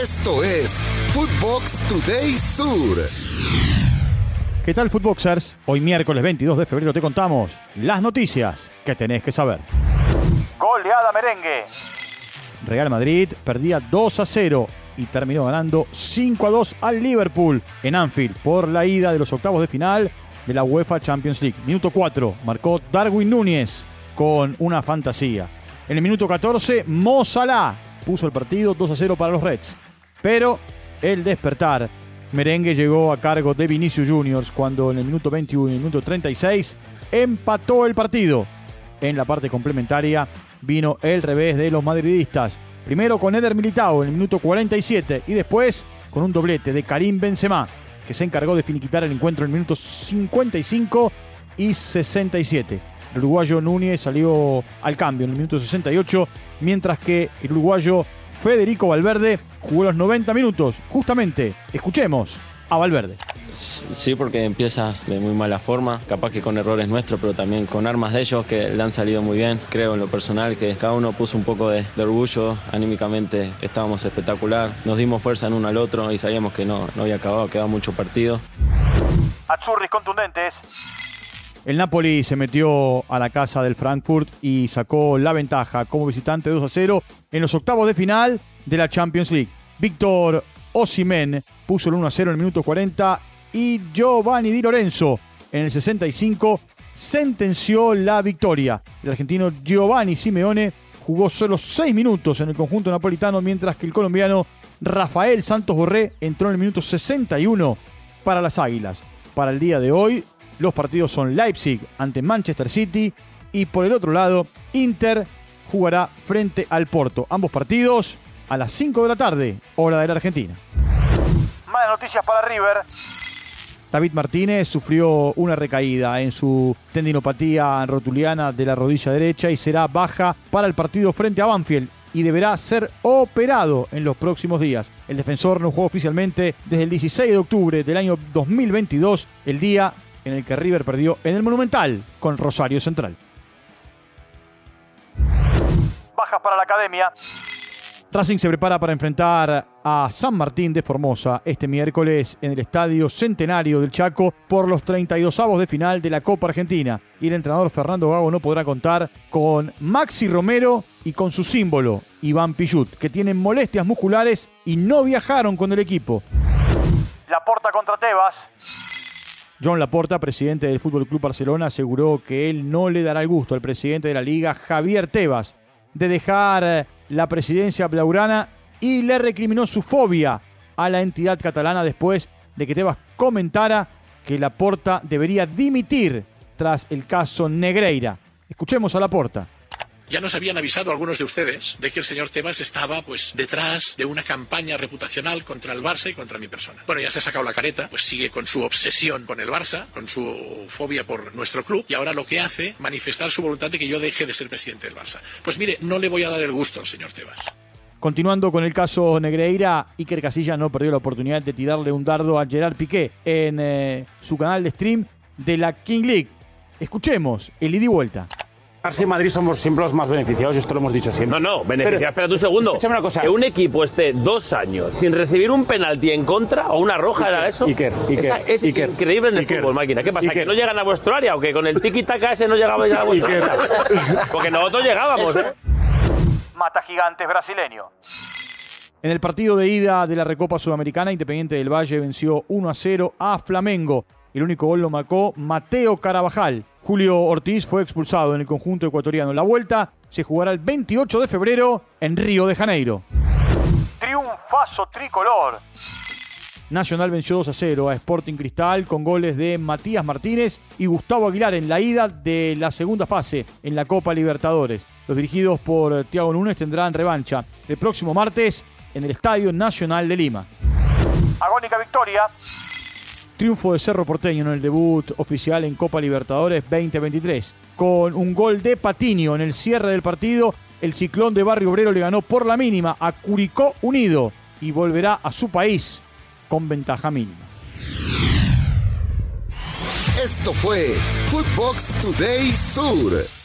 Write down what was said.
Esto es Footbox Today Sur. ¿Qué tal, Footboxers? Hoy miércoles 22 de febrero te contamos las noticias que tenés que saber. Goleada merengue. Real Madrid perdía 2-0 y terminó ganando 5-2 al Liverpool en Anfield por la ida de los octavos de final de la UEFA Champions League. Minuto 4 marcó Darwin Núñez con una fantasía. En el minuto 14 Mo Salah puso el partido 2-0 para los Reds. Pero el despertar merengue llegó a cargo de Vinicius Juniors cuando en el minuto 21 y el minuto 36 empató el partido. En la parte complementaria vino el revés de los madridistas. Primero con Eder Militao en el minuto 47 y después con un doblete de Karim Benzema, que se encargó de finiquitar el encuentro en el minuto 55 y 67. El uruguayo Núñez salió al cambio en el minuto 68, mientras que el uruguayo Federico Valverde jugó los 90 minutos. Justamente, escuchemos a Valverde. Sí, porque empiezas de muy mala forma, capaz que con errores nuestros, pero también con armas de ellos que le han salido muy bien. Creo en lo personal que cada uno puso un poco de orgullo, anímicamente estábamos espectacular, nos dimos fuerza en uno al otro y sabíamos que no había acabado, quedaba mucho partido. Azzurris contundentes. El Napoli se metió a la casa del Frankfurt y sacó la ventaja como visitante 2-0 en los octavos de final de la Champions League. Víctor Osimhen puso el 1-0 en el minuto 40 y Giovanni Di Lorenzo en el 65 sentenció la victoria. El argentino Giovanni Simeone jugó solo 6 minutos en el conjunto napolitano, mientras que el colombiano Rafael Santos Borré entró en el minuto 61 para las Águilas. Para el día de hoy, los partidos son Leipzig ante Manchester City y por el otro lado, Inter jugará frente al Porto. Ambos partidos a las 5 de la tarde, hora de la Argentina. Más noticias para River. David Martínez sufrió una recaída en su tendinopatía rotuliana de la rodilla derecha y será baja para el partido frente a Banfield y deberá ser operado en los próximos días. El defensor no jugó oficialmente desde el 16 de octubre del año 2022, el día en el que River perdió en el Monumental con Rosario Central. Bajas para la academia. Racing se prepara para enfrentar a San Martín de Formosa este miércoles en el Estadio Centenario del Chaco por los 32avos de final de la Copa Argentina. Y el entrenador Fernando Gago no podrá contar con Maxi Romero y con su símbolo, Iván Pichut, que tienen molestias musculares y no viajaron con el equipo. Laporta contra Tebas. Joan Laporta, presidente del FC Barcelona, aseguró que él no le dará el gusto al presidente de la Liga, Javier Tebas, de dejar la presidencia blaugrana y le recriminó su fobia a la entidad catalana después de que Tebas comentara que Laporta debería dimitir tras el caso Negreira. Escuchemos a Laporta. Ya nos habían avisado algunos de ustedes de que el señor Tebas estaba detrás de una campaña reputacional contra el Barça y contra mi persona. Bueno, ya se ha sacado la careta, sigue con su obsesión con el Barça, con su fobia por nuestro club, y ahora lo que hace, manifestar su voluntad de que yo deje de ser presidente del Barça. Pues mire, no le voy a dar el gusto al señor Tebas. Continuando con el caso Negreira, Iker Casillas no perdió la oportunidad de tirarle un dardo a Gerard Piqué en su canal de stream de la King League. Escuchemos el ida y vuelta. Barça y Madrid somos siempre los más beneficiados, y esto lo hemos dicho siempre. No, beneficiados. Espérate un segundo. Escúchame una cosa. Que un equipo esté 2 años sin recibir un penalti en contra o una roja, ¿era eso? Es increíble en el fútbol, máquina. ¿Qué pasa? ¿Que no llegan a vuestro área o que con el tiki-taka ese no llegaba a vuestro área? Porque nosotros llegábamos, ¿eh? Mata gigantes brasileño. En el partido de ida de la Recopa Sudamericana, Independiente del Valle venció 1-0 a Flamengo. El único gol lo marcó Mateo Carabajal. Julio Ortiz fue expulsado en el conjunto ecuatoriano. La vuelta se jugará el 28 de febrero en Río de Janeiro. Triunfazo tricolor. Nacional venció 2-0 a Sporting Cristal con goles de Matías Martínez y Gustavo Aguilar en la ida de la segunda fase en la Copa Libertadores. Los dirigidos por Thiago Núñez tendrán revancha el próximo martes en el Estadio Nacional de Lima. Agónica victoria. Triunfo de Cerro Porteño en el debut oficial en Copa Libertadores 2023. Con un gol de Patiño en el cierre del partido, el Ciclón de Barrio Obrero le ganó por la mínima a Curicó Unido y volverá a su país con ventaja mínima. Esto fue Footbox Today Sur.